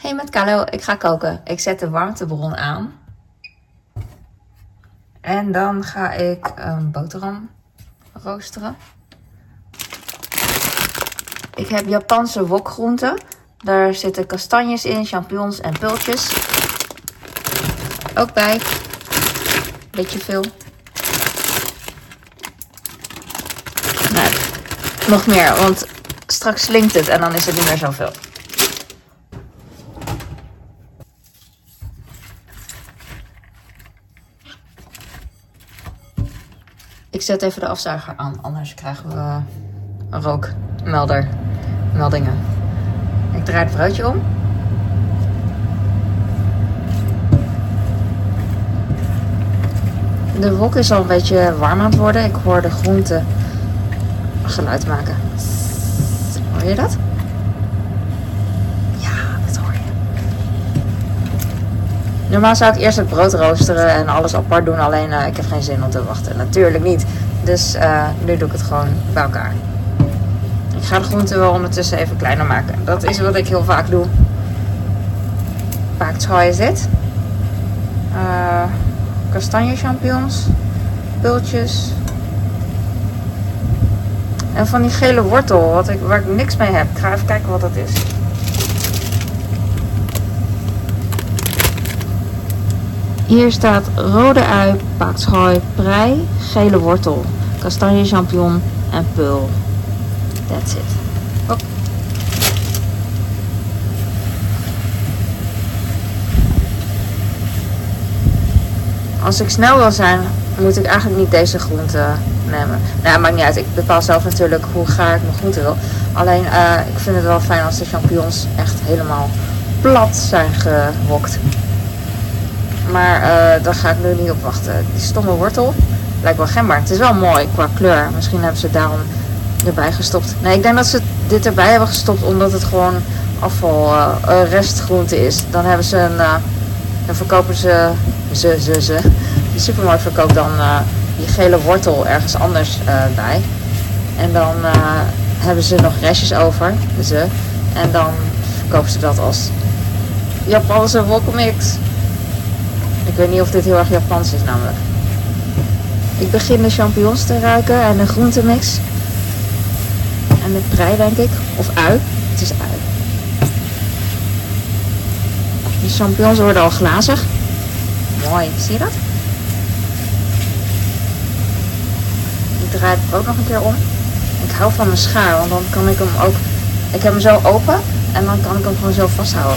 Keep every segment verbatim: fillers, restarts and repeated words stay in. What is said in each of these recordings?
Hey met Carlo, ik ga koken. Ik zet de warmtebron aan. En dan ga ik een boterham roosteren. Ik heb Japanse wokgroenten. Daar zitten kastanjes in, champignons en pultjes. Ook bij. Beetje veel. Nou, nog meer, want straks slinkt het en dan is het niet meer zoveel. Ik zet even de afzuiger aan, anders krijgen we een rookmelder. Meldingen. Ik draai het broodje om. De wok is al een beetje warm aan het worden. Ik hoor de groenten geluid maken. Hoor je dat? Ja, dat hoor je. Normaal zou ik eerst het brood roosteren en alles apart doen. Alleen uh, ik heb geen zin om te wachten. Natuurlijk niet. Dus uh, nu doe ik het gewoon bij elkaar. Ik ga de groenten wel ondertussen even kleiner maken. Dat is wat ik heel vaak doe. Paaktschaai is dit. Uh, kastanje champignons. Pultjes. En van die gele wortel, wat ik, waar ik niks mee heb. Ik ga even kijken wat dat is. Hier staat rode ui, paaktschaai, prei, gele wortel, kastanje champignon en pul. That's it. Hop. Als ik snel wil zijn, moet ik eigenlijk niet deze groente nemen. Nou, maakt niet uit. Ik bepaal zelf natuurlijk hoe gaar ik mijn groente wil. Alleen, uh, ik vind het wel fijn als de champignons echt helemaal plat zijn gewokt. Maar uh, daar ga ik nu niet op wachten. Die stomme wortel lijkt wel gember. Het is wel mooi qua kleur. Misschien hebben ze het daarom erbij gestopt. Nee, ik denk dat ze dit erbij hebben gestopt omdat het gewoon afval uh, restgroente is. Dan hebben ze een... Uh, dan verkopen ze... Ze, ze, ze. De supermarkt verkoopt dan uh, die gele wortel ergens anders uh, bij. En dan uh, hebben ze nog restjes over. Ze. En dan verkopen ze dat als Japanse wokmix. Ik weet niet of dit heel erg Japans is namelijk. Ik begin de champignons te ruiken en de groentemix. En de prei denk ik. Of ui. Het is ui. Die champignons worden al glazig. Mooi, zie je dat? Ik draai het brood nog een keer om. Ik hou van mijn schaar, want dan kan ik hem ook... Ik heb hem zo open en dan kan ik hem gewoon zo vasthouden.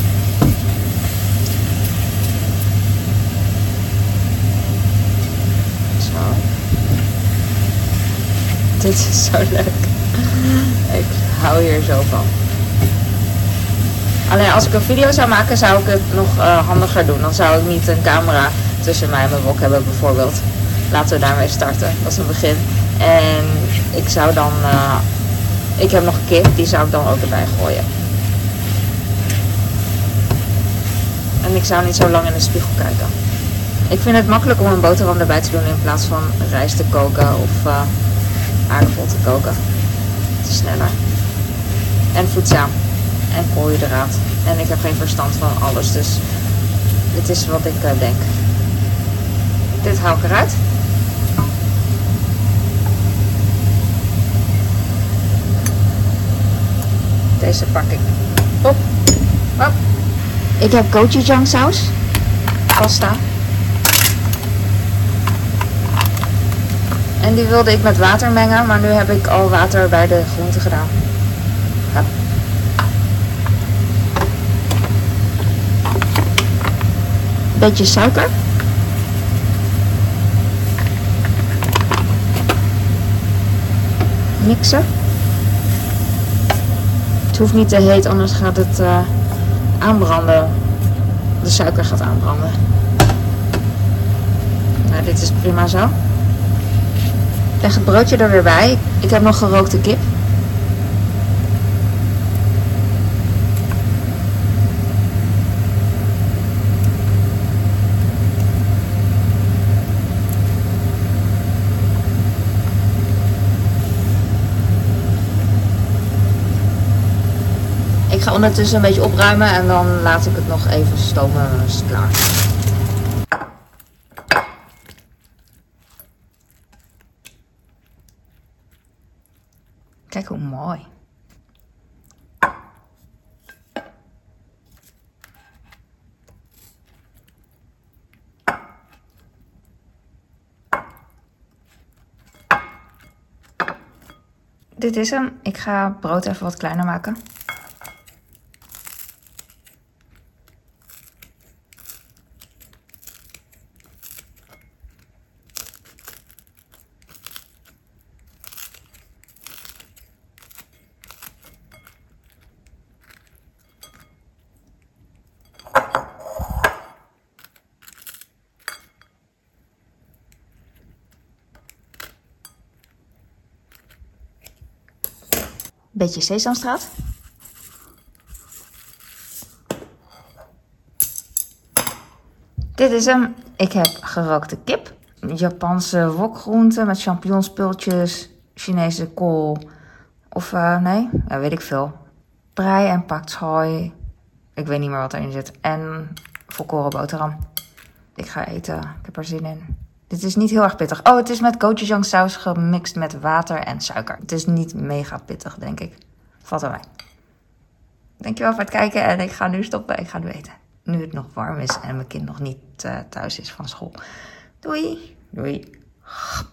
Zo. Dit is zo leuk. Ik hou hier zo van. Alleen als ik een video zou maken, zou ik het nog uh, handiger doen. Dan zou ik niet een camera tussen mij en mijn wok hebben bijvoorbeeld. Laten we daarmee starten. Dat is een begin. En ik zou dan... Uh, ik heb nog een kip, die zou ik dan ook erbij gooien. En ik zou niet zo lang in de spiegel kijken. Ik vind het makkelijk om een boterham erbij te doen in plaats van rijst te koken of uh, aardappel te koken. Het is sneller. En voedzaam. En koolhydraat. En ik heb geen verstand van alles, dus dit is wat ik uh, denk. Dit haal ik eruit. Deze pak ik op. Hop. Ik heb gochujang saus. Pasta. En die wilde ik met water mengen, maar nu heb ik al water bij de groenten gedaan. Ja. Beetje suiker. Mixen. Het hoeft niet te heet, anders gaat het uh, aanbranden. De suiker gaat aanbranden. Nou, dit is prima zo. Leg het broodje er weer bij. Ik heb nog gerookte kip. ondertussen een beetje opruimen en dan laat ik het nog even stomen en dan is het klaar. Kijk hoe mooi. Dit is hem. Ik ga brood even wat kleiner maken. Beetje sesamstraat. Dit is hem. Ik heb gerookte kip. Japanse wokgroenten met champignonspultjes. Chinese kool. Of uh, nee, ja, weet ik veel. Prei en pak choi. Ik weet niet meer wat erin zit. En volkoren boterham. Ik ga eten. Ik heb er zin in. Dit is niet heel erg pittig. Oh, het is met gochujang saus gemixt met water en suiker. Het is niet mega pittig, denk ik. Valt er mij. Dankjewel voor het kijken en ik ga nu stoppen. Ik ga nu eten. Nu het nog warm is en mijn kind nog niet uh, thuis is van school. Doei. Doei.